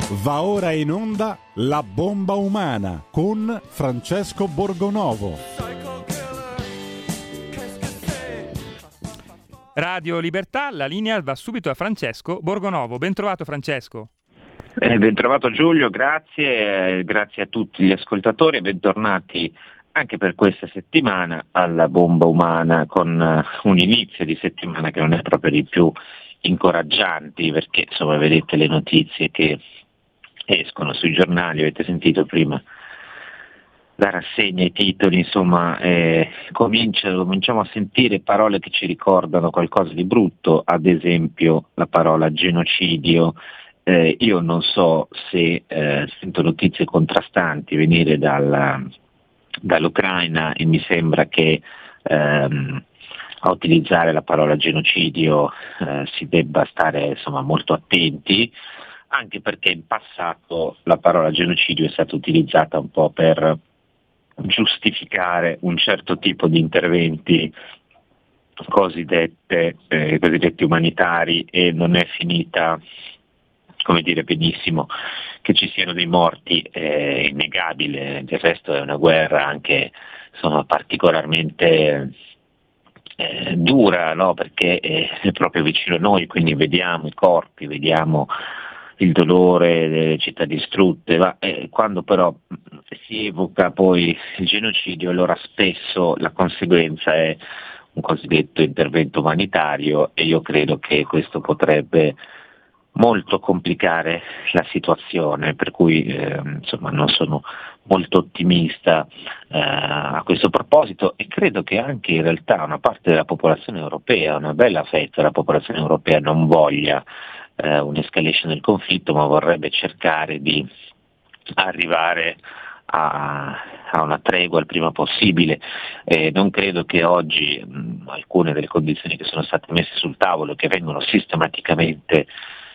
Va ora in onda La bomba umana con Francesco Borgonovo. Radio Libertà, la linea va subito a Francesco Borgonovo. Ben trovato Francesco. Ben trovato Giulio, grazie a tutti gli ascoltatori e bentornati anche per questa settimana alla bomba umana, con un inizio di settimana che non è proprio dei più incoraggianti, perché insomma vedete le notizie che escono sui giornali, avete sentito prima la rassegna, i titoli, insomma cominciamo a sentire parole che ci ricordano qualcosa di brutto, ad esempio la parola genocidio. Io non so se sento notizie contrastanti venire dall'Ucraina e mi sembra che a utilizzare la parola genocidio si debba stare insomma molto attenti, anche perché in passato la parola genocidio è stata utilizzata un po' per giustificare un certo tipo di interventi cosiddetti umanitari, e non è finita, come dire, benissimo. Che ci siano dei morti è innegabile, del resto è una guerra anche insomma particolarmente dura, no? Perché è proprio vicino a noi, quindi vediamo i corpi, vediamo il dolore delle città distrutte, quando però si evoca poi il genocidio, allora spesso la conseguenza è un cosiddetto intervento umanitario, e io credo che questo potrebbe molto complicare la situazione, per cui insomma non sono molto ottimista a questo proposito, e credo che anche in realtà una parte della popolazione europea, una bella fetta della popolazione europea, non voglia un'escalation del conflitto, ma vorrebbe cercare di arrivare a una tregua il prima possibile. Non credo che oggi alcune delle condizioni che sono state messe sul tavolo, che vengono sistematicamente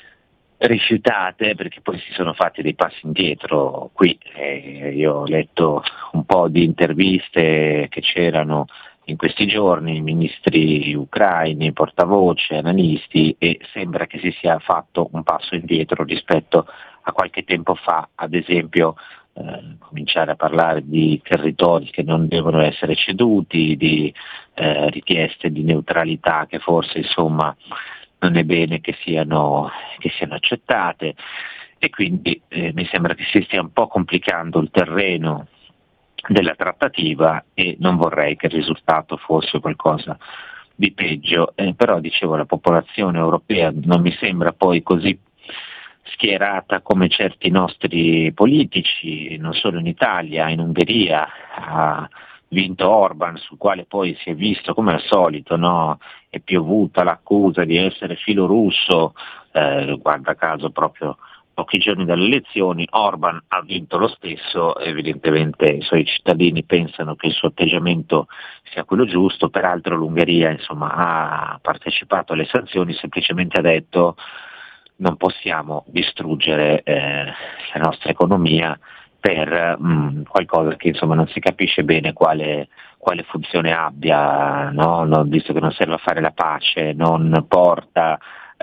rifiutate, perché poi si sono fatti dei passi indietro qui. Io ho letto un po' di interviste che c'erano in questi giorni, ministri ucraini, portavoce, analisti, e sembra che si sia fatto un passo indietro rispetto a qualche tempo fa, ad esempio cominciare a parlare di territori che non devono essere ceduti, di richieste di neutralità che forse insomma non è bene che siano accettate, e quindi mi sembra che si stia un po' complicando il terreno della trattativa, e non vorrei che il risultato fosse qualcosa di peggio. Però dicevo, la popolazione europea non mi sembra poi così schierata come certi nostri politici, non solo in Italia, in Ungheria ha vinto Orban, sul quale poi si è visto come al solito, no? È piovuta l'accusa di essere filorusso, guarda caso proprio pochi giorni dalle elezioni. Orban ha vinto lo stesso, evidentemente i suoi cittadini pensano che il suo atteggiamento sia quello giusto. Peraltro l'Ungheria insomma ha partecipato alle sanzioni, semplicemente ha detto non possiamo distruggere la nostra economia per qualcosa che insomma non si capisce bene quale funzione abbia, no? Visto che non serve a fare la pace, non porta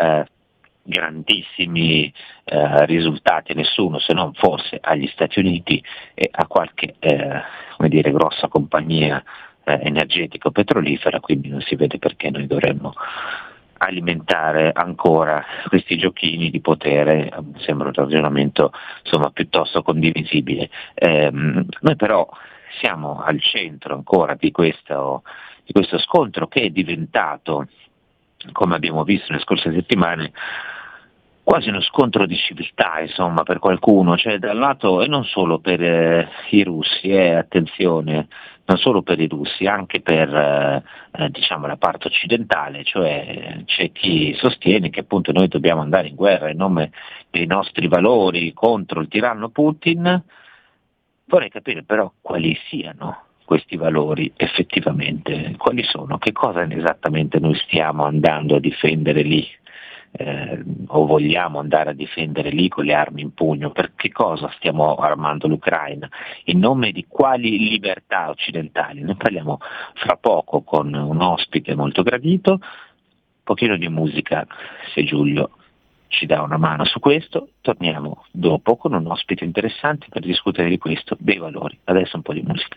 grandissimi risultati a nessuno, se non forse agli Stati Uniti e a qualche grossa compagnia energetica o petrolifera, quindi non si vede perché noi dovremmo alimentare ancora questi giochini di potere. Sembra un ragionamento insomma piuttosto condivisibile. Noi però siamo al centro ancora di questo scontro, che è diventato, come abbiamo visto nelle scorse settimane, quasi uno scontro di civiltà, insomma, per qualcuno, cioè da un lato, e non solo per i russi, attenzione, non solo per i russi, anche per la parte occidentale, cioè c'è chi sostiene che appunto noi dobbiamo andare in guerra in nome dei nostri valori contro il tiranno Putin. Vorrei capire però quali siano questi valori effettivamente, quali sono, che cosa esattamente noi stiamo andando a difendere lì. O vogliamo andare a difendere lì con le armi in pugno? Per che cosa stiamo armando l'Ucraina? In nome di quali libertà occidentali? Ne parliamo fra poco con un ospite molto gradito. Un pochino di musica, se Giulio ci dà una mano su questo. Torniamo dopo con un ospite interessante per discutere di questo, dei valori. Adesso un po' di musica.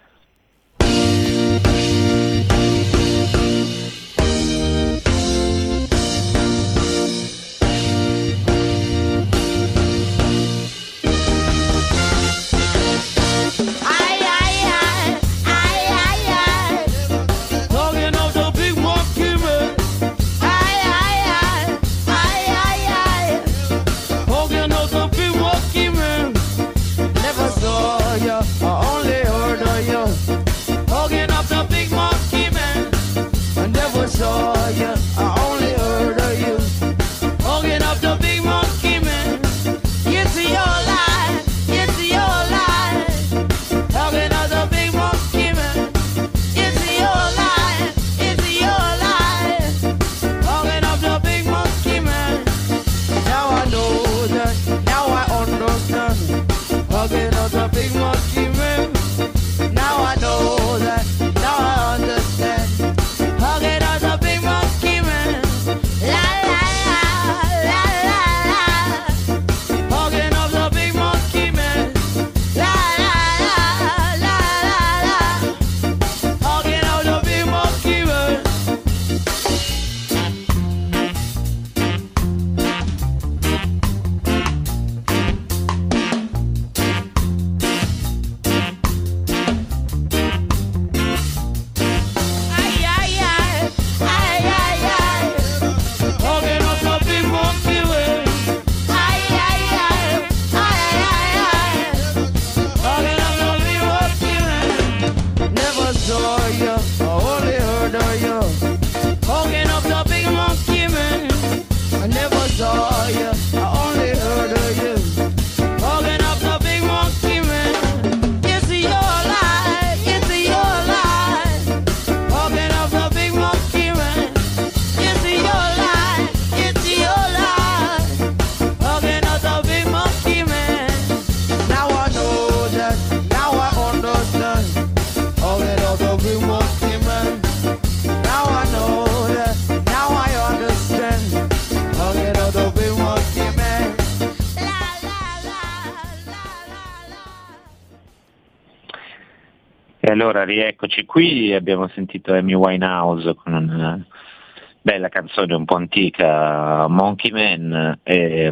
E allora rieccoci qui, abbiamo sentito Amy Winehouse con una bella canzone un po' antica, Monkey Man,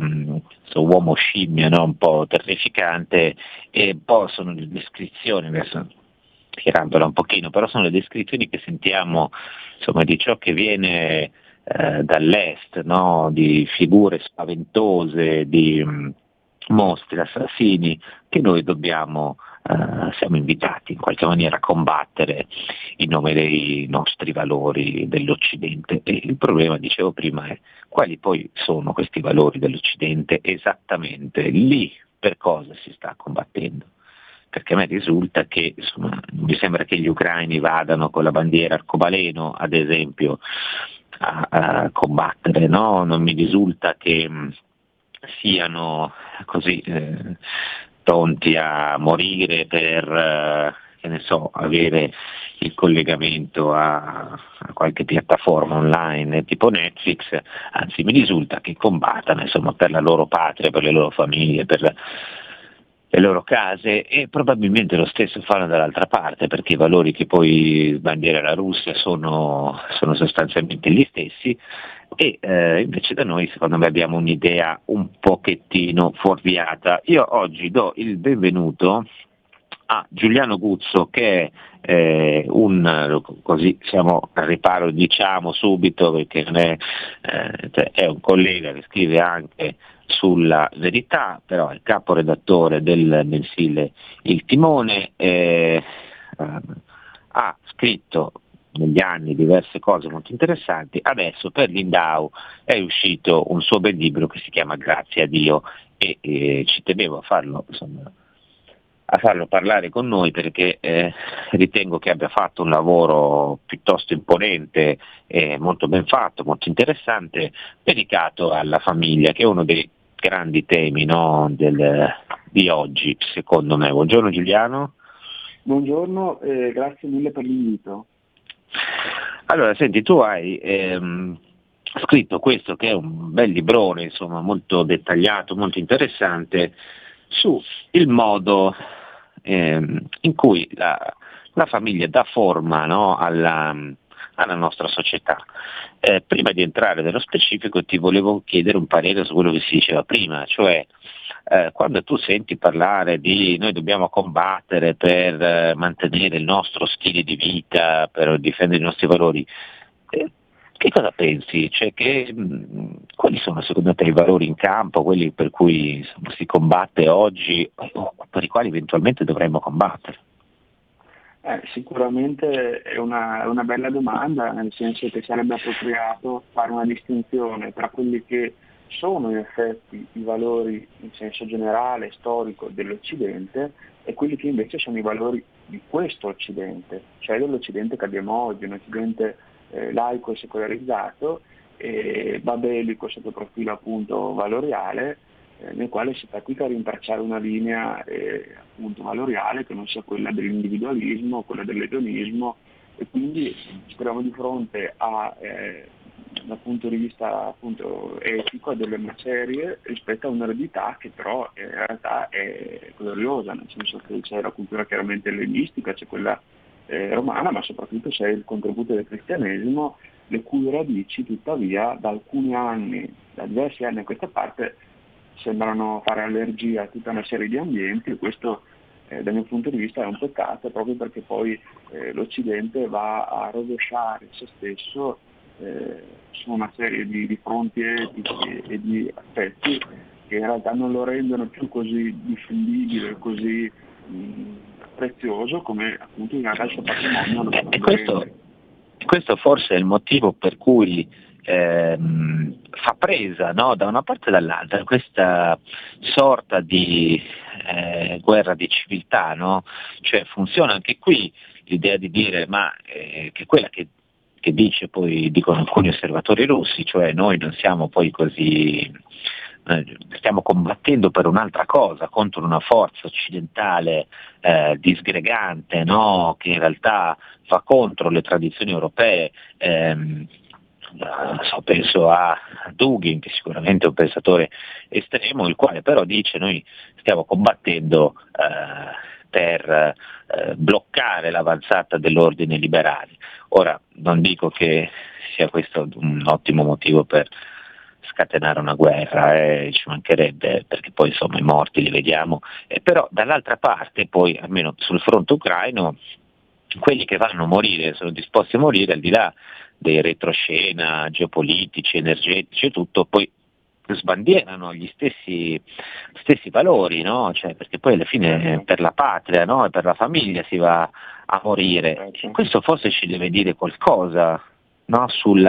questo uomo scimmia, no? Un po' terrificante, e un po' sono le descrizioni, adesso tirandola un pochino, però sono le descrizioni che sentiamo, insomma, di ciò che viene dall'est, no? Di figure spaventose, di mostri, assassini, che noi siamo invitati in qualche maniera a combattere in nome dei nostri valori dell'Occidente. E il problema, dicevo prima, è quali poi sono questi valori dell'Occidente esattamente, lì per cosa si sta combattendo. Perché a me risulta che, insomma, non mi sembra che gli ucraini vadano con la bandiera arcobaleno, ad esempio, a combattere, no? Non mi risulta che siano così pronti a morire per che ne so, avere il collegamento a qualche piattaforma online tipo Netflix, anzi mi risulta che combattano, insomma, per la loro patria, per le loro famiglie, per le loro case, e probabilmente lo stesso fanno dall'altra parte, perché i valori che poi sbandiera la Russia sono sostanzialmente gli stessi, e invece da noi secondo me abbiamo un'idea un pochettino fuorviata. Io oggi do il benvenuto a Giuliano Guzzo, che è così siamo al riparo, diciamo subito, perché non è un collega che scrive anche sulla Verità, però è caporedattore del mensile Il Timone, ha scritto negli anni diverse cose molto interessanti. Adesso per l'Indau è uscito un suo bel libro che si chiama Grazie a Dio, e ci tenevo a farlo parlare con noi, perché ritengo che abbia fatto un lavoro piuttosto imponente, molto ben fatto, molto interessante, dedicato alla famiglia, che è uno dei grandi temi, no, di oggi, secondo me. Buongiorno Giuliano. Buongiorno, grazie mille per l'invito. Allora, senti, tu hai ha scritto questo che è un bel librone, insomma, molto dettagliato, molto interessante, su il modo in cui la famiglia dà forma, no, alla nostra società. Prima di entrare nello specifico ti volevo chiedere un parere su quello che si diceva prima, cioè quando tu senti parlare di noi dobbiamo combattere per mantenere il nostro stile di vita, per difendere i nostri valori, che cosa pensi? Cioè quali sono secondo te i valori in campo, quelli per cui insomma, si combatte oggi o per i quali eventualmente dovremmo combattere? Sicuramente è una bella domanda, nel senso che sarebbe appropriato fare una distinzione tra quelli che sono in effetti i valori in senso generale, storico dell'Occidente e quelli che invece sono i valori di questo Occidente, cioè dell'Occidente che abbiamo oggi, un Occidente laico e secolarizzato, babelico sotto il profilo appunto valoriale, nel quale si fatica a rintracciare una linea appunto valoriale che non sia quella dell'individualismo, quella dell'edonismo, e quindi ci troviamo di fronte a dal punto di vista appunto etico a delle macerie rispetto a un'eredità che però in realtà è gloriosa, nel senso che c'è la cultura chiaramente ellenistica, c'è quella romana, ma soprattutto c'è il contributo del cristianesimo, le cui radici tuttavia da alcuni anni, da diversi anni a questa parte, sembrano fare allergia a tutta una serie di ambienti, e questo dal mio punto di vista è un peccato, proprio perché poi l'Occidente va a rovesciare se stesso su una serie di fronti etici e di aspetti che in realtà non lo rendono più così difendibile, così prezioso come appunto in realtà il suo patrimonio lo potrebbe. Questo forse è il motivo per cui fa presa, no, da una parte e dall'altra questa sorta di guerra di civiltà, no? Cioè funziona anche qui l'idea di dire ma che è quella che dice poi dicono alcuni osservatori russi, cioè noi non siamo poi così, stiamo combattendo per un'altra cosa, contro una forza occidentale disgregante, no? Che in realtà va contro le tradizioni europee. Penso a Dugin, che sicuramente è un pensatore estremo, il quale però dice noi stiamo combattendo per bloccare l'avanzata dell'ordine liberale. Ora non dico che sia questo un ottimo motivo per scatenare una guerra, ci mancherebbe, perché poi insomma i morti li vediamo, però dall'altra parte poi almeno sul fronte ucraino quelli che vanno a morire, sono disposti a morire al di là dei retroscena geopolitici, energetici e tutto, poi sbandierano gli stessi valori, no? Cioè, perché poi alla fine per la patria, no? E per la famiglia si va a morire. Questo forse ci deve dire qualcosa, no? Sul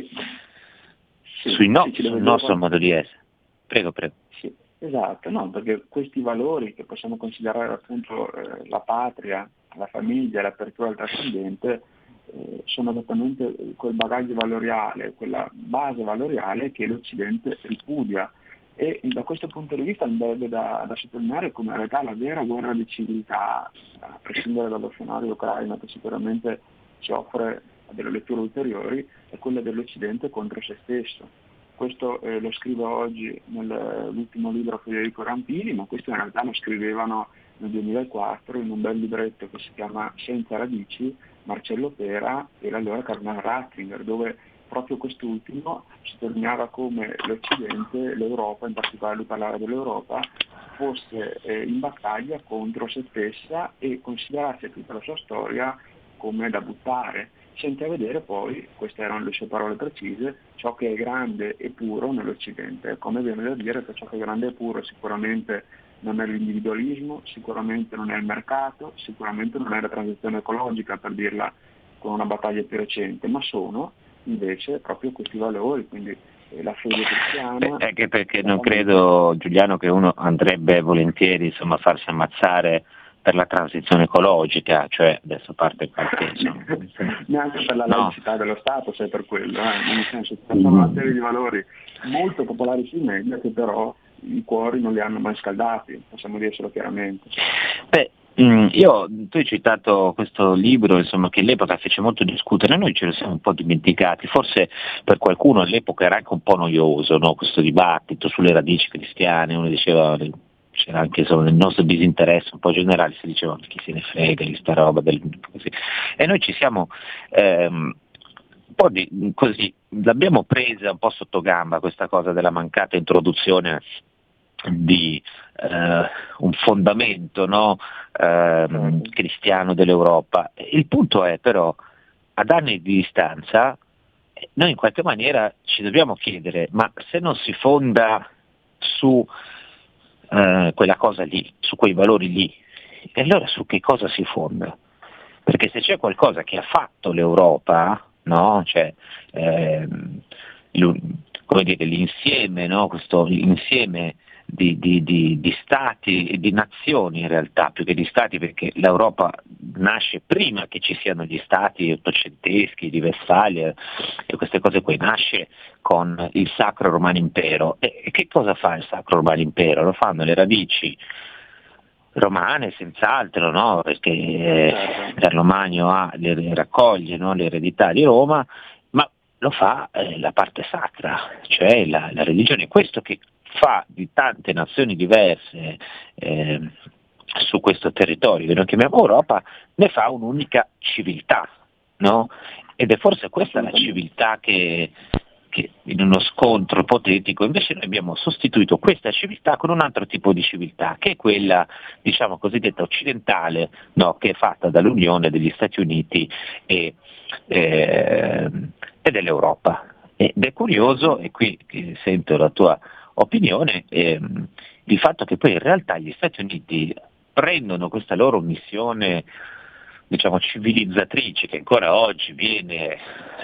nostro modo di essere. Prego. Sì, esatto, no, perché questi valori che possiamo considerare appunto la patria, la famiglia, l'apertura al trascendente, sono esattamente quel bagaglio valoriale, quella base valoriale che l'Occidente ripudia, e da questo punto di vista andrebbe da sottolineare come in realtà la vera guerra di civiltà, a prescindere dallo scenario ucraino che sicuramente ci offre delle letture ulteriori, è quella dell'Occidente contro se stesso. Questo lo scrive oggi nell'ultimo libro Federico Rampini, ma questo in realtà lo scrivevano nel 2004 in un bel libretto che si chiama Senza radici, Marcello Pera e l'allora Cardinale Ratzinger, dove proprio quest'ultimo sottolineava come l'Occidente, l'Europa, in particolare lui parlava dell'Europa, fosse in battaglia contro se stessa e considerasse tutta la sua storia come da buttare, senza vedere poi, queste erano le sue parole precise, ciò che è grande e puro nell'Occidente. Come viene da dire che ciò che è grande e puro sicuramente non è l'individualismo, sicuramente non è il mercato, sicuramente non è la transizione ecologica, per dirla con una battaglia più recente, ma sono invece proprio questi valori, quindi la fede cristiana. Anche perché non credo, Giuliano, che uno andrebbe volentieri insomma a farsi ammazzare per la transizione ecologica, cioè adesso parte qualche neanche per la laicità dello Stato, se è per quello, nel senso che sono una serie di valori molto popolari sui media che però i cuori non li hanno mai scaldati, possiamo dirselo chiaramente. Tu hai citato questo libro, insomma, che all'epoca fece molto discutere, noi ce lo siamo un po' dimenticati, forse per qualcuno all'epoca era anche un po' noioso, no? Questo dibattito sulle radici cristiane, uno diceva, c'era anche insomma, nel nostro disinteresse un po' generale, si diceva chi se ne frega di sta roba, così. E noi ci siamo un po' così, l'abbiamo presa un po' sotto gamba questa cosa della mancata introduzione di un fondamento, no? Cristiano dell'Europa. Il punto è però, ad anni di distanza, noi in qualche maniera ci dobbiamo chiedere, ma se non si fonda su quella cosa lì, su quei valori lì, e allora su che cosa si fonda? Perché se c'è qualcosa che ha fatto l'Europa, no? Cioè, come dire, l'insieme, no? Questo insieme di stati e di nazioni in realtà, più che di stati, perché l'Europa nasce prima che ci siano gli stati ottocenteschi di Westfalia e queste cose qui, nasce con il Sacro Romano Impero. E che cosa fa il Sacro Romano Impero? Lo fanno le radici romane senz'altro, no? Perché Carlo Magno raccoglie, no? L'eredità di Roma, ma lo fa la parte sacra, cioè la religione. Questo che fa di tante nazioni diverse su questo territorio che noi chiamiamo Europa, ne fa un'unica civiltà, no? Ed è forse questa la civiltà che in uno scontro ipotetico invece noi abbiamo sostituito questa civiltà con un altro tipo di civiltà, che è quella, diciamo, cosiddetta occidentale, no? Che è fatta dall'unione degli Stati Uniti e dell'Europa. Ed è curioso, e qui sento la tua opinione, il fatto che poi in realtà gli Stati Uniti prendono questa loro missione, diciamo, civilizzatrice, che ancora oggi viene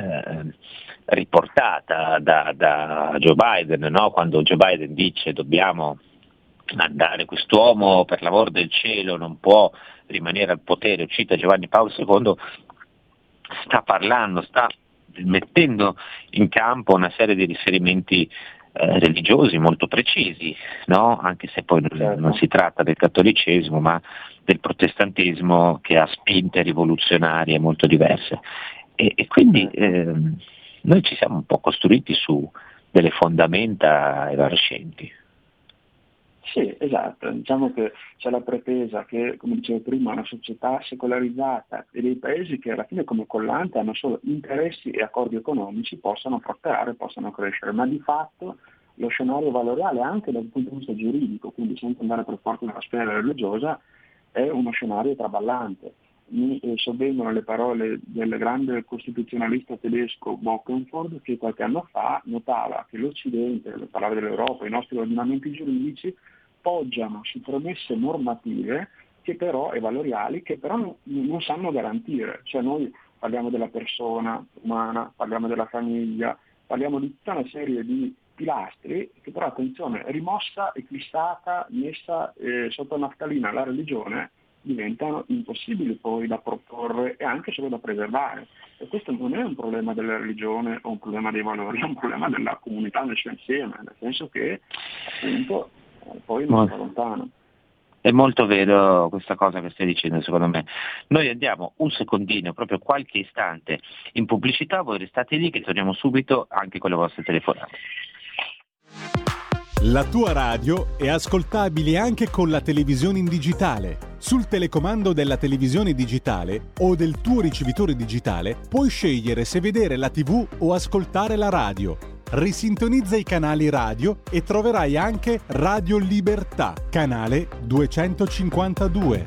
riportata da Joe Biden, no? Quando Joe Biden dice dobbiamo andare, quest'uomo per l'amor del cielo non può rimanere al potere, cita Giovanni Paolo II, sta parlando, sta mettendo in campo una serie di riferimenti religiosi molto precisi, no? Anche se poi non si tratta del cattolicesimo, ma del protestantesimo, che ha spinte rivoluzionarie molto diverse. E quindi noi ci siamo un po' costruiti su delle fondamenta evanescenti. Sì, esatto, diciamo che c'è la pretesa che, come dicevo prima, una società secolarizzata e dei paesi che alla fine come collante hanno solo interessi e accordi economici possano prosperare, possano crescere, ma di fatto lo scenario valoriale anche dal punto di vista giuridico, quindi senza andare per forza nella sfera religiosa, è uno scenario traballante. Mi sovvengono le parole del grande costituzionalista tedesco Bockenford, che qualche anno fa notava che l'Occidente, le parole dell'Europa, i nostri ordinamenti giuridici poggiano su premesse normative che però, e valoriali, che però non sanno garantire. Cioè noi parliamo della persona umana, parliamo della famiglia, parliamo di tutta una serie di pilastri che però, attenzione, rimossa, eclissata, messa sotto naftalina la religione, diventano impossibili poi da proporre e anche solo da preservare. E questo non è un problema della religione o un problema dei valori, è un problema della comunità nel suo insieme, nel senso che appunto poi non va lontano. È molto vero questa cosa che stai dicendo, secondo me. Noi andiamo un secondino, proprio qualche istante, in pubblicità, voi restate lì che torniamo subito anche con le vostre telefonate. La tua radio è ascoltabile anche con la televisione in digitale. Sul telecomando della televisione digitale o del tuo ricevitore digitale puoi scegliere se vedere la TV o ascoltare la radio. Risintonizza i canali radio e troverai anche Radio Libertà, canale 252.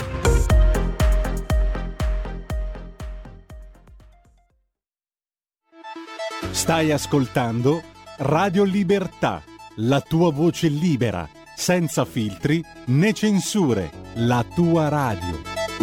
Stai ascoltando Radio Libertà. La tua voce libera, senza filtri né censure, la tua radio.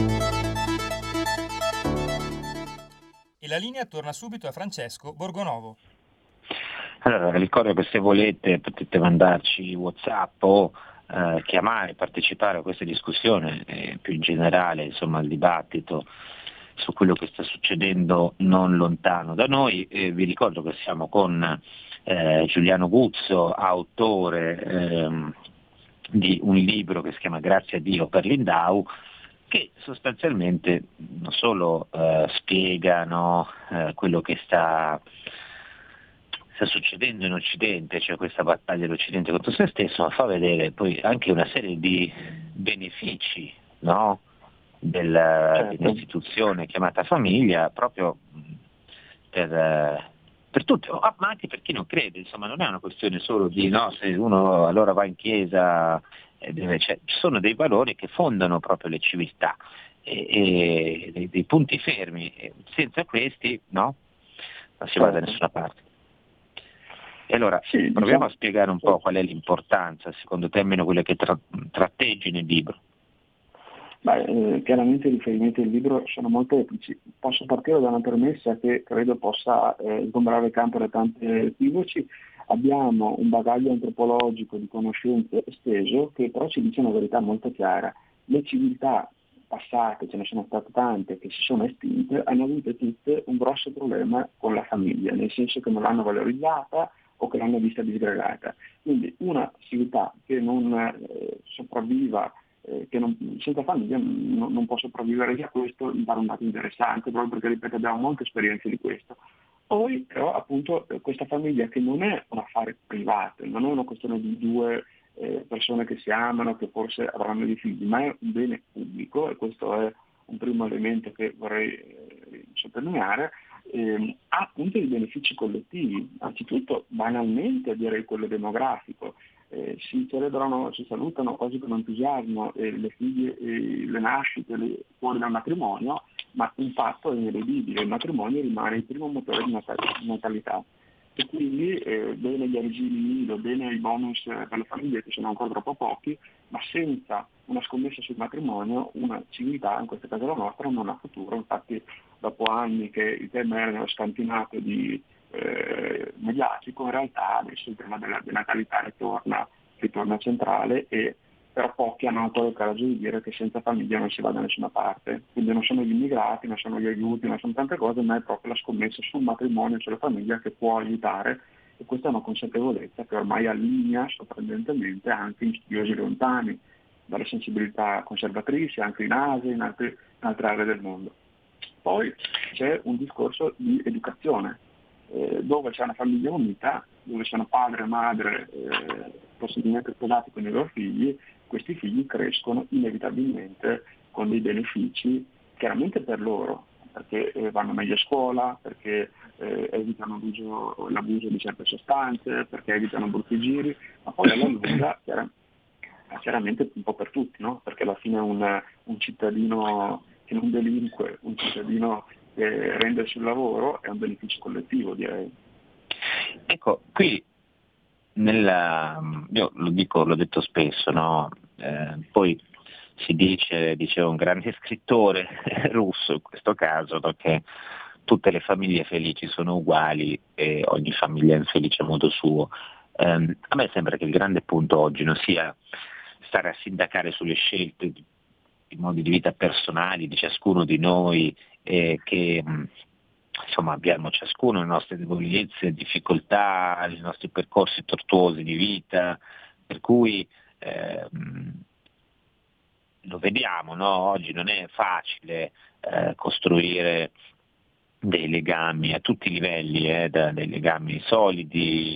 E la linea torna subito a Francesco Borgonovo. Allora, ricordo che se volete potete mandarci WhatsApp o chiamare, partecipare a questa discussione e più in generale, insomma, al dibattito su quello che sta succedendo non lontano da noi. Vi ricordo che siamo con Giuliano Guzzo, autore di un libro che si chiama Grazie a Dio per l'Indau, che sostanzialmente non solo spiegano quello che sta succedendo in Occidente, cioè questa battaglia dell'Occidente contro se stesso, ma fa vedere poi anche una serie di benefici, no? Dell'istituzione chiamata famiglia, proprio per tutti, ma anche per chi non crede, insomma non è una questione solo di no, se uno allora va in chiesa, ci sono dei valori che fondano proprio le civiltà e dei punti fermi, senza questi no, non si va da nessuna parte. E allora proviamo a spiegare un po' qual è l'importanza, secondo te, almeno quelle che tratteggi nel libro. Chiaramente i riferimenti del libro sono molteplici. Posso partire da una premessa che credo possa sgombrare il campo da tanti equivoci. Abbiamo un bagaglio antropologico di conoscenze esteso che però ci dice una verità molto chiara. Le civiltà passate, ce ne sono state tante che si sono estinte, hanno avuto tutte un grosso problema con la famiglia, nel senso che non l'hanno valorizzata o che l'hanno vista disgregata. Quindi una civiltà che non sopravviva, senza famiglia non può sopravvivere. Già questo mi pare un dato interessante, proprio perché, ripeto, abbiamo molte esperienze di questo. Poi però appunto questa famiglia che non è un affare privato, non è una questione di due persone che si amano, che forse avranno dei figli, ma è un bene pubblico, e questo è un primo elemento che vorrei sottolineare. Ha appunto dei benefici collettivi, anzitutto banalmente direi quello demografico. Si celebrano, si salutano quasi con entusiasmo le figlie, le nascite fuori dal matrimonio, ma un fatto è ineredibile: il matrimonio rimane il primo motore di natalità. E quindi bene gli asili nido, bene i bonus per le famiglie che sono ancora troppo pochi, ma senza una scommessa sul matrimonio una civiltà, in questo caso la nostra, non ha futuro. Infatti dopo anni che il tema era nello scantinato mediatico, in realtà adesso il tema della denatalità ritorna centrale, e però pochi hanno ancora il coraggio di dire che senza famiglia non si va da nessuna parte. Quindi non sono gli immigrati, non sono gli aiuti, non sono tante cose, ma è proprio la scommessa sul matrimonio e sulla famiglia che può aiutare, e questa è una consapevolezza che ormai allinea sorprendentemente anche in studiosi lontani dalle sensibilità conservatrici, anche in Asia, in altre aree del mondo. Poi c'è un discorso di educazione, dove c'è una famiglia unita, dove sono padre e madre possibilmente sposati con i loro figli. Questi figli crescono inevitabilmente con dei benefici, chiaramente per loro, perché vanno meglio a scuola, perché evitano l'abuso di certe sostanze, perché evitano brutti giri, ma poi alla lunga chiaramente un po' per tutti, no? Perché alla fine un cittadino che non delinque, un cittadino che rende sul lavoro, è un beneficio collettivo, direi. Ecco, qui io l'ho detto spesso, no? Poi si diceva un grande scrittore russo in questo caso, no? Che tutte le famiglie felici sono uguali e ogni famiglia è infelice a modo suo. A me sembra che il grande punto oggi non sia stare a sindacare sulle scelte di modi di vita personali di ciascuno di noi, che insomma abbiamo ciascuno le nostre debolezze, difficoltà, i nostri percorsi tortuosi di vita, per cui lo vediamo, no? Oggi non è facile costruire dei legami a tutti i livelli, dei legami solidi,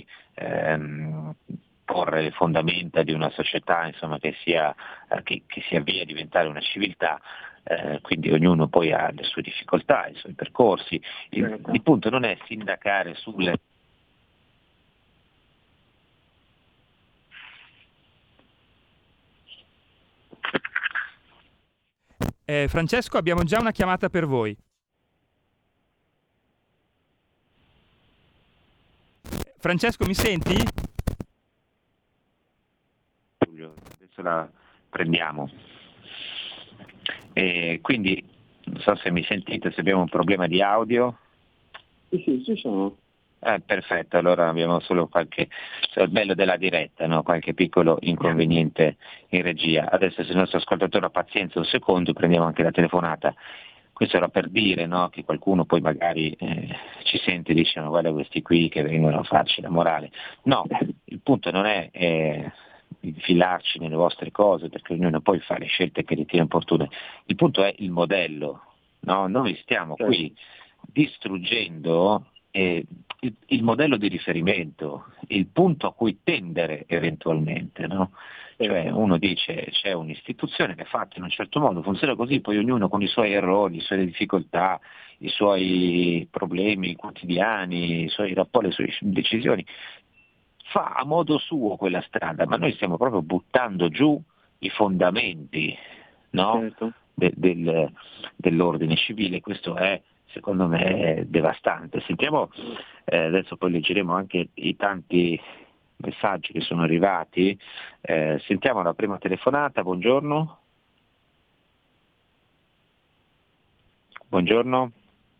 porre le fondamenta di una società, insomma, che si avvia a diventare una civiltà. Quindi ognuno poi ha le sue difficoltà, i suoi percorsi. Il punto non è sindacare sulle... Francesco, abbiamo già una chiamata per voi. Francesco, mi senti? Adesso la prendiamo. Quindi non so se mi sentite, se abbiamo un problema di audio. Sì, ci sono. Perfetto, allora abbiamo solo il bello della diretta, no? Qualche piccolo inconveniente in regia. Adesso, se il nostro ascoltatore ha pazienza un secondo, prendiamo anche la telefonata. Questo era per dire, no? Che qualcuno poi magari ci sente e dice: ma guarda questi qui che vengono a farci la morale. No, il punto non è infilarci nelle vostre cose, perché ognuno poi fa le scelte che ritiene opportune. Il punto è il modello, no? Noi stiamo qui distruggendo il modello di riferimento, il punto a cui tendere eventualmente, no? Cioè uno dice c'è un'istituzione che è fatta in un certo modo, funziona così, poi ognuno con i suoi errori, le sue difficoltà, i suoi problemi quotidiani, i suoi rapporti, le sue decisioni, fa a modo suo quella strada, ma noi stiamo proprio buttando giù i fondamenti, no? Dell'ordine civile. Questo è, secondo me, devastante. Sentiamo, adesso poi leggeremo anche i tanti messaggi che sono arrivati. Sentiamo la prima telefonata. Buongiorno. Buongiorno.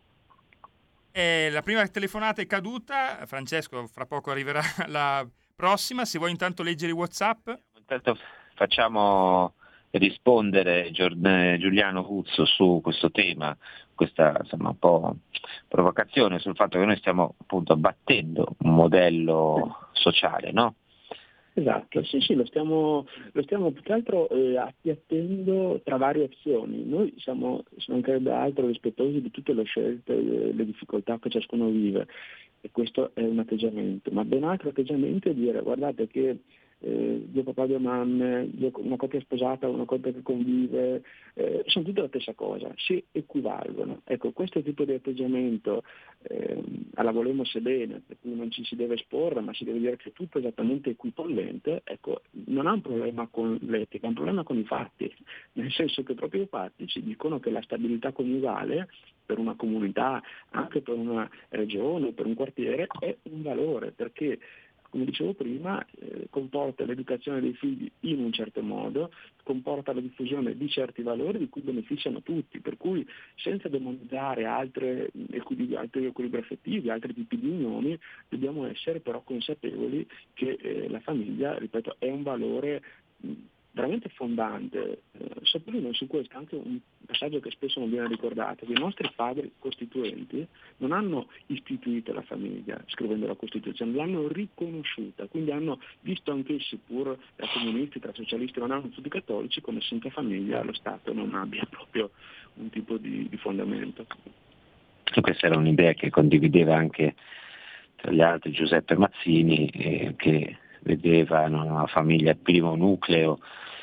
La prima telefonata è caduta, Francesco, fra poco arriverà la prossima, se vuoi intanto leggere i WhatsApp. Intanto facciamo rispondere Giuliano Guzzo su questo tema, questa insomma un po' provocazione sul fatto che noi stiamo appunto abbattendo un modello sociale, no? Esatto, sì, lo stiamo più che altro appiattendo tra varie opzioni. Noi siamo, se non credo altro, rispettosi di tutte le scelte, le difficoltà che ciascuno vive, e questo è un atteggiamento, ma ben altro atteggiamento è dire guardate che due papà, due mamme, una coppia sposata, una coppia che convive, sono tutte la stessa cosa, si equivalgono. Ecco, questo tipo di atteggiamento alla volemos bene, per cui non ci si deve esporre, ma si deve dire che è tutto esattamente equipollente, ecco, non ha un problema con l'etica, ha un problema con i fatti, nel senso che proprio i fatti ci dicono che la stabilità coniugale per una comunità, anche per una regione, per un quartiere, è un valore, perché come dicevo prima, comporta l'educazione dei figli in un certo modo, comporta la diffusione di certi valori di cui beneficiano tutti, per cui senza demonizzare altri equilibri affettivi, altri tipi di unioni, dobbiamo essere però consapevoli che la famiglia, ripeto, è un valore veramente fondante. Sottolineo su questo anche un passaggio che spesso non viene ricordato, che i nostri padri costituenti non hanno istituito la famiglia scrivendo la Costituzione, l'hanno riconosciuta, quindi hanno visto anch'essi, pur tra comunisti, tra socialisti, non hanno tutti cattolici, come senza famiglia lo Stato non abbia proprio un tipo di fondamento. Questa era un'idea che condivideva anche tra gli altri Giuseppe Mazzini, che vedeva la famiglia il primo nucleo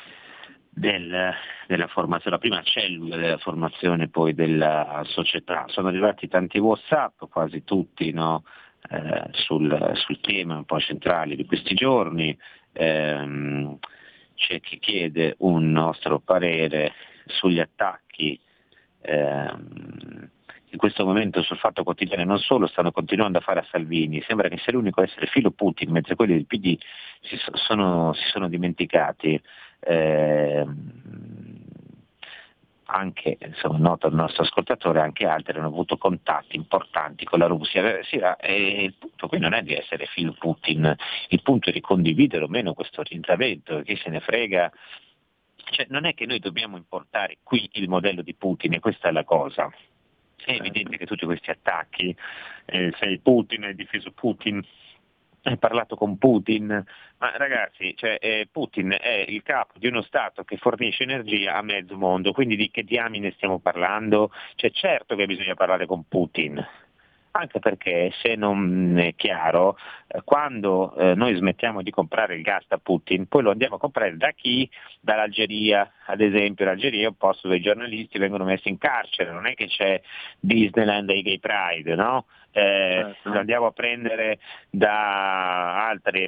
della formazione, la prima cellula della formazione poi della società. Sono arrivati tanti WhatsApp, quasi tutti, no? Sul tema un po' centrale di questi giorni. C'è chi chiede un nostro parere sugli attacchi in questo momento sul Fatto Quotidiano e non solo stanno continuando a fare a Salvini. Sembra che sia l'unico a essere filo Putin, mentre quelli del PD si sono dimenticati. Anche, insomma, nota il nostro ascoltatore, anche altri hanno avuto contatti importanti con la Russia. Il punto qui non è di essere filo Putin, il punto è di condividere o meno questo orientamento, chi se ne frega. Cioè, non è che noi dobbiamo importare qui il modello di Putin, e questa è la cosa. È evidente che tutti questi attacchi, sei Putin, hai difeso Putin, hai parlato con Putin, ma ragazzi, Putin è il capo di uno Stato che fornisce energia a mezzo mondo, quindi di che diamine stiamo parlando? Certo che bisogna parlare con Putin, anche perché, se non è chiaro, quando noi smettiamo di comprare il gas da Putin, poi lo andiamo a comprare da chi? Dall'Algeria, ad esempio. L'Algeria è un posto dove i giornalisti vengono messi in carcere, non è che c'è Disneyland e i Gay Pride, no? Lo andiamo a prendere da altri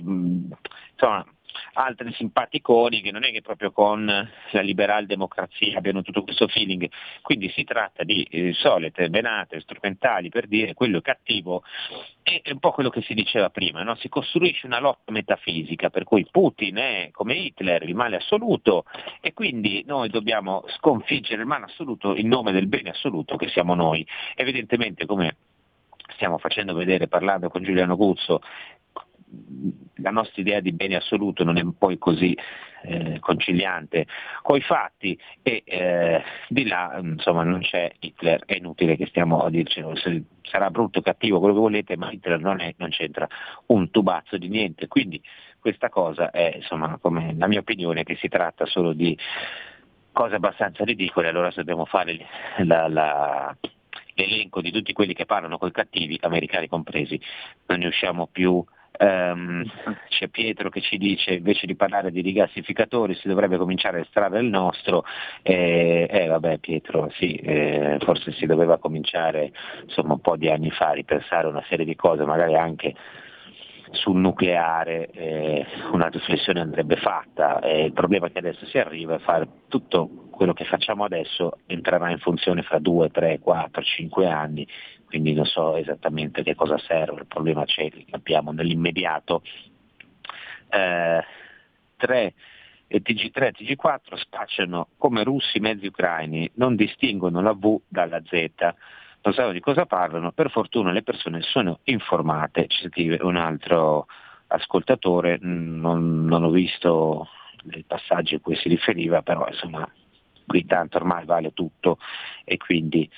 simpaticoni che non è che proprio con la liberal democrazia abbiano tutto questo feeling, quindi si tratta di solite venate strumentali per dire quello è cattivo. È un po' quello che si diceva prima, no? Si costruisce una lotta metafisica per cui Putin è come Hitler il male assoluto, e quindi noi dobbiamo sconfiggere il male assoluto in nome del bene assoluto che siamo noi. Evidentemente, come stiamo facendo vedere parlando con Giuliano Guzzo, la nostra idea di bene assoluto non è poi così conciliante coi fatti, e di là insomma non c'è Hitler. È inutile che stiamo a dircelo, sarà brutto, cattivo, quello che volete, ma Hitler non c'entra un tubazzo di niente. Quindi questa cosa è, insomma, come la mia opinione, che si tratta solo di cose abbastanza ridicole. Allora se dobbiamo fare l'elenco di tutti quelli che parlano coi cattivi, americani compresi, non ne usciamo più. C'è Pietro che ci dice invece di parlare di rigassificatori si dovrebbe cominciare a estrarre il nostro. Vabbè Pietro, sì, forse si doveva cominciare insomma un po' di anni fa a ripensare una serie di cose, magari anche sul nucleare, una riflessione andrebbe fatta. Il problema è che adesso si arriva a fare tutto quello che facciamo adesso, entrerà in funzione fra 2, 3, 4, 5 anni, quindi non so esattamente che cosa serve, il problema c'è, capiamo nell'immediato. TG3 e TG4 spacciano come russi mezzi ucraini, non distinguono la V dalla Z, non sanno di cosa parlano, per fortuna le persone sono informate, ci scrive un altro ascoltatore, non ho visto i passaggi a cui si riferiva, però insomma qui tanto ormai vale tutto, e quindi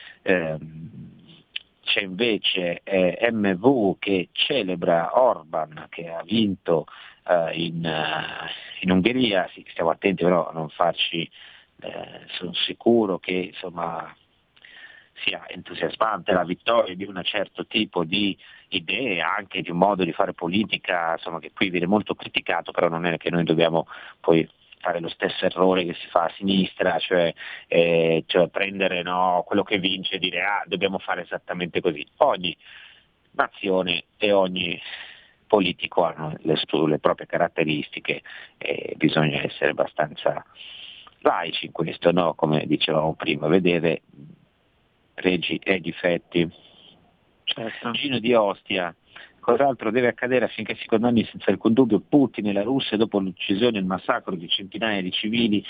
c'è invece MV che celebra Orban che ha vinto in Ungheria. Sì, stiamo attenti però a non farci, sono sicuro che insomma sia entusiasmante la vittoria di un certo tipo di idee, anche di un modo di fare politica, insomma, che qui viene molto criticato, però non è che noi dobbiamo poi fare lo stesso errore che si fa a sinistra, cioè prendere quello che vince e dire dobbiamo fare esattamente così. Ogni nazione e ogni politico hanno le proprie caratteristiche e bisogna essere abbastanza laici in questo, no? Come dicevamo prima, vedere pregi e difetti. Certo. Gino di Ostia: cos'altro deve accadere affinché si condanni senza alcun dubbio Putin e la Russia dopo l'uccisione e il massacro di centinaia di civili?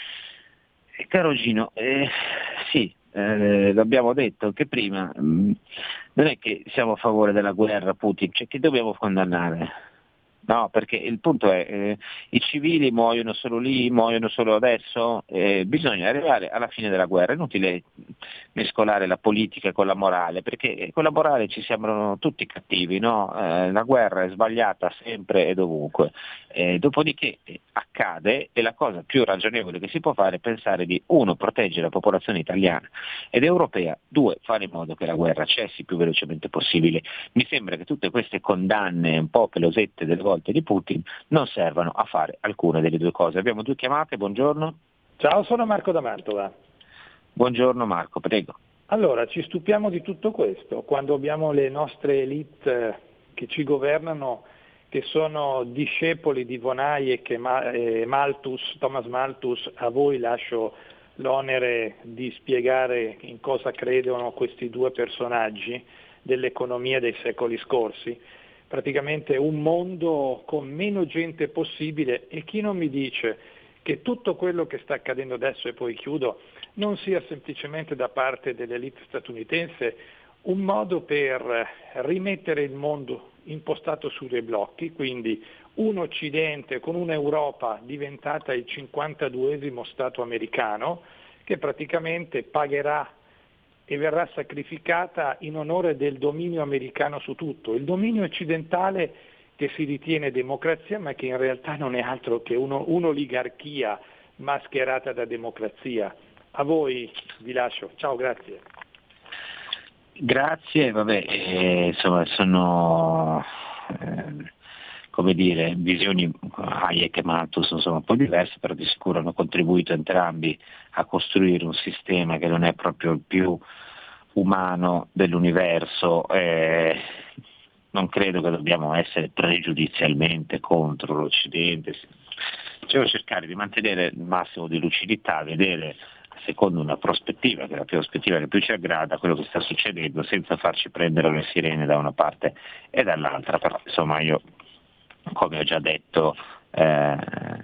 Caro Gino, sì, l'abbiamo detto anche prima, non è che siamo a favore della guerra Putin, cioè che dobbiamo condannare? No, perché il punto è i civili muoiono solo lì, muoiono solo adesso, bisogna arrivare alla fine della guerra, è inutile mescolare la politica con la morale, perché con la morale ci sembrano tutti cattivi, no? La guerra è sbagliata sempre e dovunque, dopodiché accade e la cosa più ragionevole che si può fare è pensare di 1, proteggere la popolazione italiana ed europea, 2, fare in modo che la guerra cessi il più velocemente possibile. Mi sembra che tutte queste condanne un po' pelosette delle volte di Putin non servano a fare alcuna delle due cose. Abbiamo 2 chiamate, buongiorno. Ciao, sono Marco da Mantova. Buongiorno Marco, prego. Allora, ci stupiamo di tutto questo quando abbiamo le nostre elite che ci governano, che sono discepoli di von Hayek e Thomas Malthus. A voi lascio l'onere di spiegare in cosa credono questi 2 personaggi dell'economia dei secoli scorsi. Praticamente un mondo con meno gente possibile, e chi non mi dice che tutto quello che sta accadendo adesso, e poi chiudo, non sia semplicemente da parte dell'elite statunitense un modo per rimettere il mondo impostato su 2 blocchi, quindi un Occidente con un'Europa diventata il 52esimo Stato americano, che praticamente pagherà e verrà sacrificata in onore del dominio americano su tutto. Il dominio occidentale che si ritiene democrazia, ma che in realtà non è altro che un'oligarchia mascherata da democrazia. A voi vi lascio. Ciao, grazie. Grazie, insomma sono come dire, visioni Hayek e Malthus sono un po' diverse, però di sicuro hanno contribuito entrambi a costruire un sistema che non è proprio il più umano dell'universo. Non credo che dobbiamo essere pregiudizialmente contro l'Occidente, devo cercare di mantenere il massimo di lucidità, vedere secondo una prospettiva, che è la prospettiva che più ci aggrada, quello che sta succedendo, senza farci prendere le sirene da una parte e dall'altra. Però insomma io, come ho già detto, non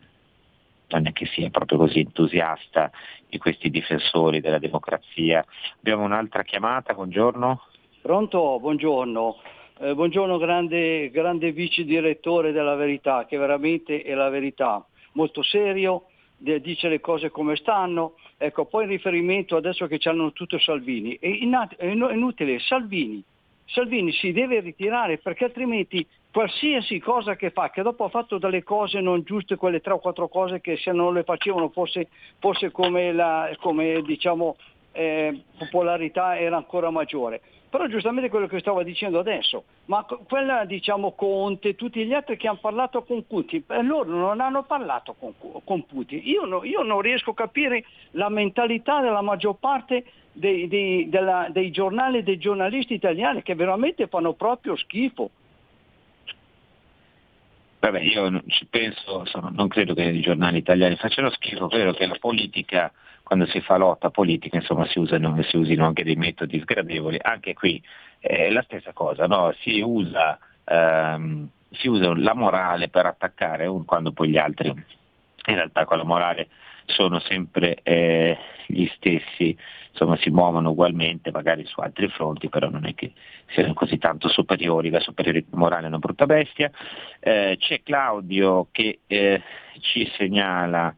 è che sia proprio così entusiasta di questi difensori della democrazia. Abbiamo un'altra chiamata, buongiorno. Pronto? Buongiorno. Buongiorno grande vice direttore della Verità, che veramente è la verità, molto serio, dice le cose come stanno. Ecco, poi in riferimento adesso che c'hanno tutto Salvini, è inutile, Salvini si deve ritirare, perché altrimenti qualsiasi cosa che fa, che dopo ha fatto delle cose non giuste, quelle 3 o 4 cose che se non le facevano forse come diciamo popolarità era ancora maggiore. Però giustamente quello che stavo dicendo adesso, ma quella diciamo Conte, tutti gli altri che hanno parlato con Putin, loro non hanno parlato con Putin. Io non riesco a capire la mentalità della maggior parte dei giornali, dei giornalisti italiani, che veramente fanno proprio schifo. Vabbè, io non ci penso, non credo che i giornali italiani facciano schifo, credo che la politica, quando si fa lotta politica, insomma, si usino anche dei metodi sgradevoli. Anche qui è la stessa cosa, no? Si usa la morale per attaccare quando poi gli altri, in realtà con la morale sono sempre gli stessi, insomma si muovono ugualmente magari su altri fronti, però non è che siano così tanto superiori, la superiorità morale è una brutta bestia. C'è Claudio che ci segnala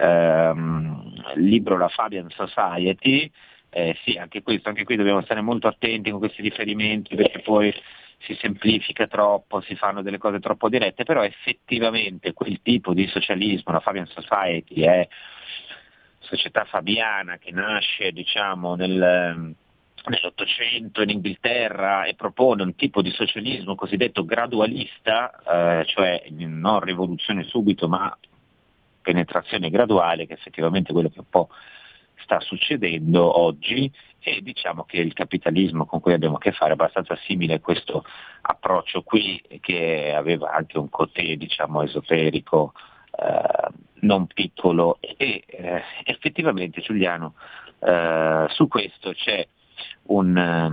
il libro La Fabian Society. Sì, anche qui dobbiamo stare molto attenti con questi riferimenti, perché poi si semplifica troppo, si fanno delle cose troppo dirette, però effettivamente quel tipo di socialismo, la Fabian Society, è società fabiana che nasce diciamo nell'Ottocento in Inghilterra e propone un tipo di socialismo cosiddetto gradualista, cioè non rivoluzione subito ma penetrazione graduale, che è effettivamente quello che un po' sta succedendo oggi, e diciamo che il capitalismo con cui abbiamo a che fare è abbastanza simile a questo approccio qui, che aveva anche un cotè diciamo esoterico non piccolo, e effettivamente Giuliano su questo c'è una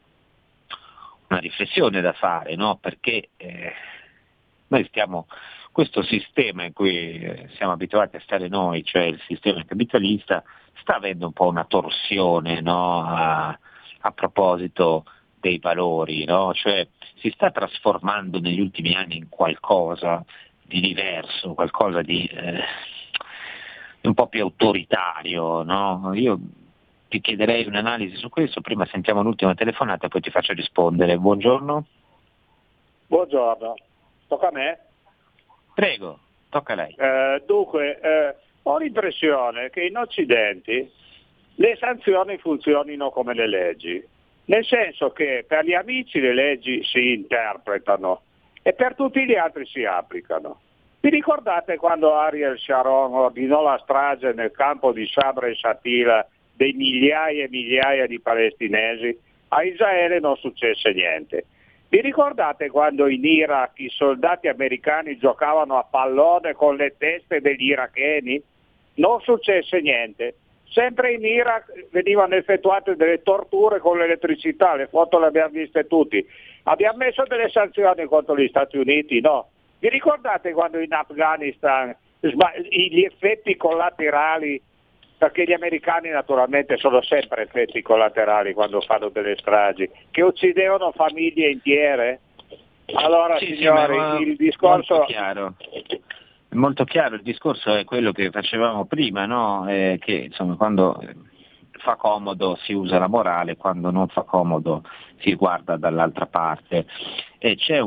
riflessione da fare, no? Perché noi questo sistema in cui siamo abituati a stare noi, cioè il sistema capitalista, sta avendo un po' una torsione, no? a proposito dei valori, no? Cioè si sta trasformando negli ultimi anni in qualcosa di diverso, qualcosa di un po' più autoritario, no? Io ti chiederei un'analisi su questo, prima sentiamo l'ultima telefonata e poi ti faccio rispondere. Buongiorno. Buongiorno, tocca a me? Prego, tocca a lei. Dunque, ho l'impressione che in Occidente le sanzioni funzionino come le leggi, nel senso che per gli amici le leggi si interpretano e per tutti gli altri si applicano. Vi ricordate quando Ariel Sharon ordinò la strage nel campo di Sabra e Shatila dei migliaia e migliaia di palestinesi? A Israele non successe niente. Vi ricordate quando in Iraq i soldati americani giocavano a pallone con le teste degli iracheni? Non successe niente. Sempre in Iraq venivano effettuate delle torture con l'elettricità, le foto le abbiamo viste tutti. Abbiamo messo delle sanzioni contro gli Stati Uniti? No. Vi ricordate quando in Afghanistan gli effetti collaterali, perché gli americani naturalmente sono sempre effetti collaterali quando fanno delle stragi, che uccidevano famiglie intere? Allora sì, signori, il discorso... Molto chiaro, il discorso è quello che facevamo prima, no? Che insomma quando fa comodo si usa la morale, quando non fa comodo si guarda dall'altra parte. E c'è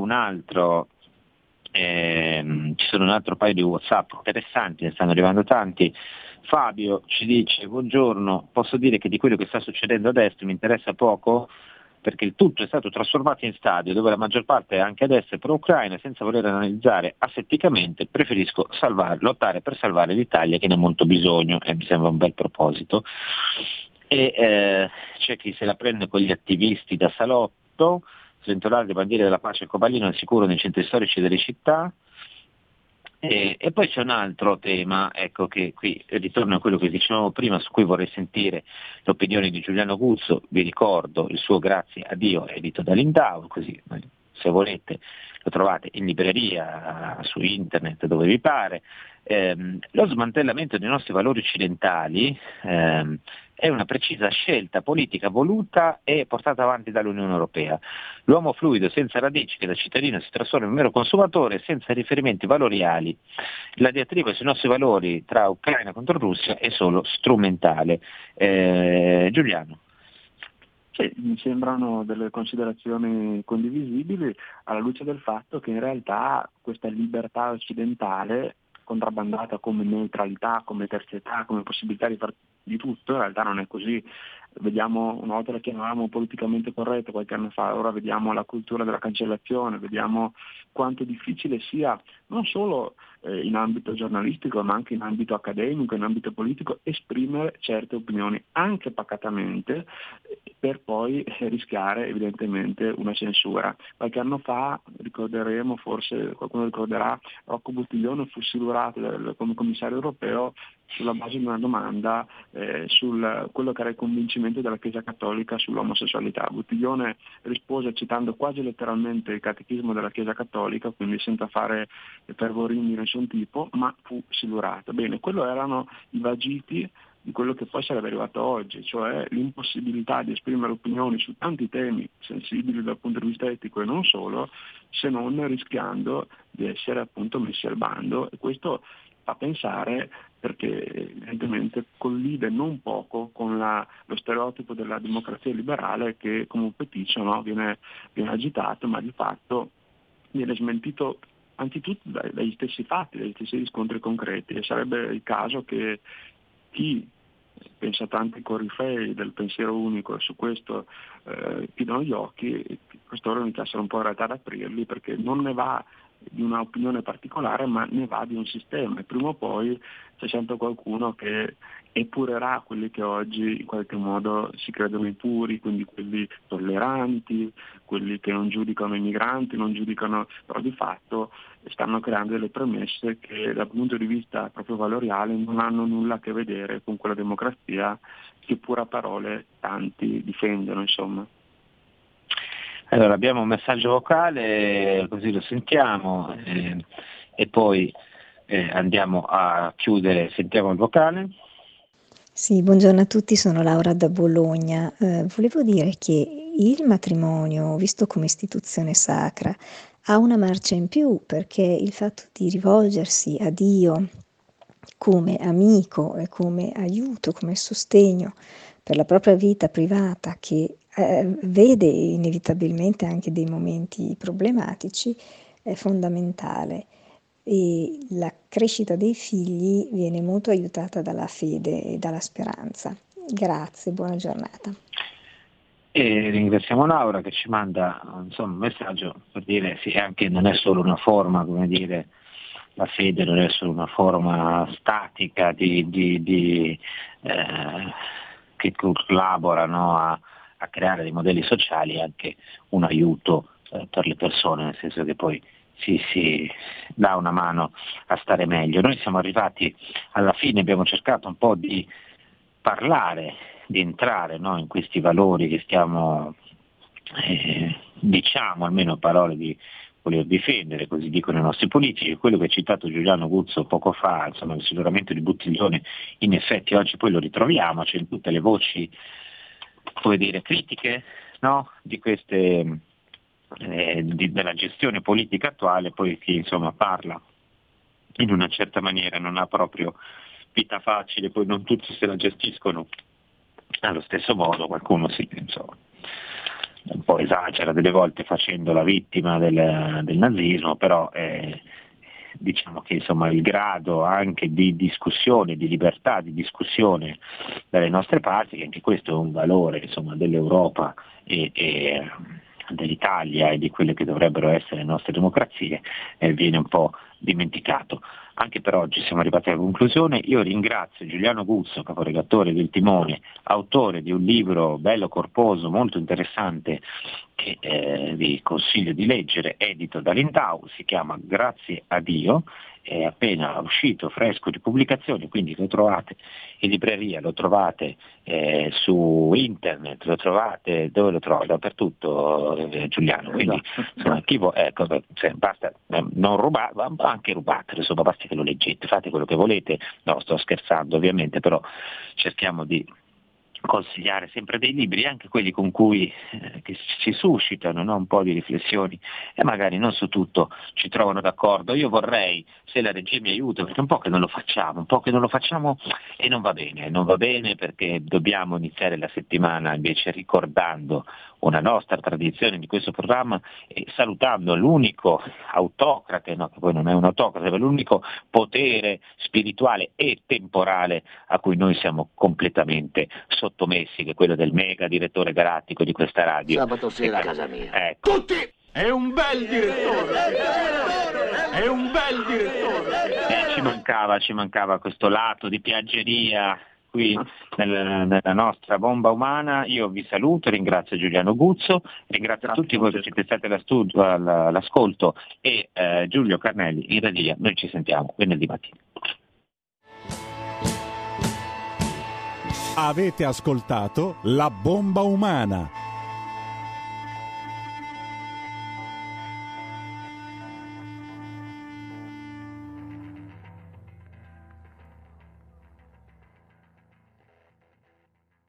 ci sono un altro paio di WhatsApp interessanti, ne stanno arrivando tanti. Fabio ci dice: buongiorno, posso dire che di quello che sta succedendo adesso mi interessa poco, perché il tutto è stato trasformato in stadio dove la maggior parte anche adesso è pro-Ucraina, senza voler analizzare asetticamente preferisco lottare per salvare l'Italia che ne ha molto bisogno, e mi sembra un bel proposito. E c'è chi se la prende con gli attivisti da salotto, sventolare le bandiere della pace e Copallino al sicuro nei centri storici delle città. E poi c'è un altro tema, ecco, che qui ritorno a quello che dicevamo prima, su cui vorrei sentire l'opinione di Giuliano Guzzo. Vi ricordo il suo Grazie a Dio, edito da Lindau, così se volete lo trovate in libreria, su internet, dove vi pare. Lo smantellamento dei nostri valori occidentali è una precisa scelta politica voluta e portata avanti dall'Unione Europea. L'uomo fluido senza radici, che da cittadino si trasforma in mero consumatore senza riferimenti valoriali. La diatriba sui nostri valori tra Ucraina contro Russia è solo strumentale. Giuliano. Sì, mi sembrano delle considerazioni condivisibili alla luce del fatto che in realtà questa libertà occidentale, contrabbandata come neutralità, come terzietà, come possibilità di fare di tutto, in realtà non è così. Vediamo, una volta la chiamavamo politicamente corretto qualche anno fa, ora vediamo la cultura della cancellazione, vediamo quanto difficile sia non solo in ambito giornalistico ma anche in ambito accademico, in ambito politico, esprimere certe opinioni anche pacatamente per poi rischiare evidentemente una censura. Qualche anno fa, ricorderemo, forse qualcuno ricorderà, Rocco Buttiglione fu silurato come commissario europeo sulla base di una domanda sul quello che era il convincimento della Chiesa Cattolica sull'omosessualità. Buttiglione rispose citando quasi letteralmente il catechismo della Chiesa Cattolica, quindi senza fare fervorini di nessun tipo, ma fu silurato. Bene, quello erano i vagiti di quello che poi sarebbe arrivato oggi, cioè l'impossibilità di esprimere opinioni su tanti temi sensibili dal punto di vista etico e non solo, se non rischiando di essere appunto messi al bando, e questo fa pensare, perché evidentemente collide non poco con lo stereotipo della democrazia liberale che come un feticcio, no, viene agitato, ma di fatto viene smentito anzitutto dagli stessi fatti, dagli stessi riscontri concreti, e sarebbe il caso che chi pensa tanti corifei del pensiero unico e su questo chiudono gli occhi, quest'ora iniziassero un po' in realtà ad aprirli, perché non ne va di un'opinione particolare ma ne va di un sistema, e prima o poi c'è sempre qualcuno che epurerà quelli che oggi in qualche modo si credono impuri, quindi quelli tolleranti, quelli che non giudicano i migranti, non giudicano, però di fatto stanno creando delle premesse che dal punto di vista proprio valoriale non hanno nulla a che vedere con quella democrazia che pure a parole tanti difendono, insomma. Allora abbiamo un messaggio vocale, così lo sentiamo e poi andiamo a chiudere. Sentiamo il vocale. Sì, buongiorno a tutti, sono Laura da Bologna. Volevo dire che il matrimonio, visto come istituzione sacra, ha una marcia in più, perché il fatto di rivolgersi a Dio come amico e come aiuto, come sostegno per la propria vita privata, che vede inevitabilmente anche dei momenti problematici, è fondamentale. E la crescita dei figli viene molto aiutata dalla fede e dalla speranza. Grazie, buona giornata. E ringraziamo Laura che ci manda un messaggio per dire sì, anche non è solo una forma, come dire, la fede non è solo una forma statica che collabora, no, a creare dei modelli sociali, è anche un aiuto per le persone, nel senso che poi si dà una mano a stare meglio. Noi siamo arrivati alla fine, abbiamo cercato un po' di parlare, di entrare, no, in questi valori che stiamo, diciamo almeno parole di voler difendere, così dicono i nostri politici. Quello che ha citato Giuliano Guzzo poco fa, insomma, il superamento di Buttiglione, in effetti oggi poi lo ritroviamo, c'è in tutte le voci, come dire, critiche, no, di queste della gestione politica attuale, poi chi insomma parla in una certa maniera non ha proprio vita facile, poi non tutti se la gestiscono allo stesso modo, qualcuno insomma un po' esagera delle volte facendo la vittima del nazismo, però diciamo che insomma il grado anche di discussione, di libertà di discussione dalle nostre parti, che anche questo è un valore insomma dell'Europa e dell'Italia e di quelle che dovrebbero essere le nostre democrazie, viene un po' dimenticato. Anche per oggi siamo arrivati alla conclusione. Io ringrazio Giuliano Guzzo, caporedattore del Timone, autore di un libro bello corposo, molto interessante, che vi consiglio di leggere, edito da Lindau, si chiama Grazie a Dio, è appena uscito, fresco di pubblicazioni, quindi lo trovate in libreria, lo trovate su internet, lo trovate, dove lo trovo? Dappertutto, Giuliano, quindi insomma, basta non rubare, ma anche rubatelo, insomma, basta che lo leggete, fate quello che volete, no, sto scherzando ovviamente, però cerchiamo di consigliare sempre dei libri, anche quelli con cui che ci suscitano, no? Un po' di riflessioni, e magari non su tutto ci trovano d'accordo. Io vorrei, se la regia mi aiuta, perché un po' che non lo facciamo e non va bene perché dobbiamo iniziare la settimana invece ricordando una nostra tradizione di questo programma e salutando l'unico autocrate, no, che poi non è un autocrate, ma l'unico potere spirituale e temporale a cui noi siamo completamente sottomessi, che è quello del mega direttore galattico di questa radio. Sabato sera a casa mia. Ecco. Tutti! È un bel direttore! È un bel direttore! Ci mancava questo lato di piaggeria qui nella nostra bomba umana. Io vi saluto, ringrazio Giuliano Guzzo, ringrazio tutti voi che siete stati all'ascolto e Giulio Carnelli in regia. Noi ci sentiamo venerdì mattina. Avete ascoltato La Bomba Umana,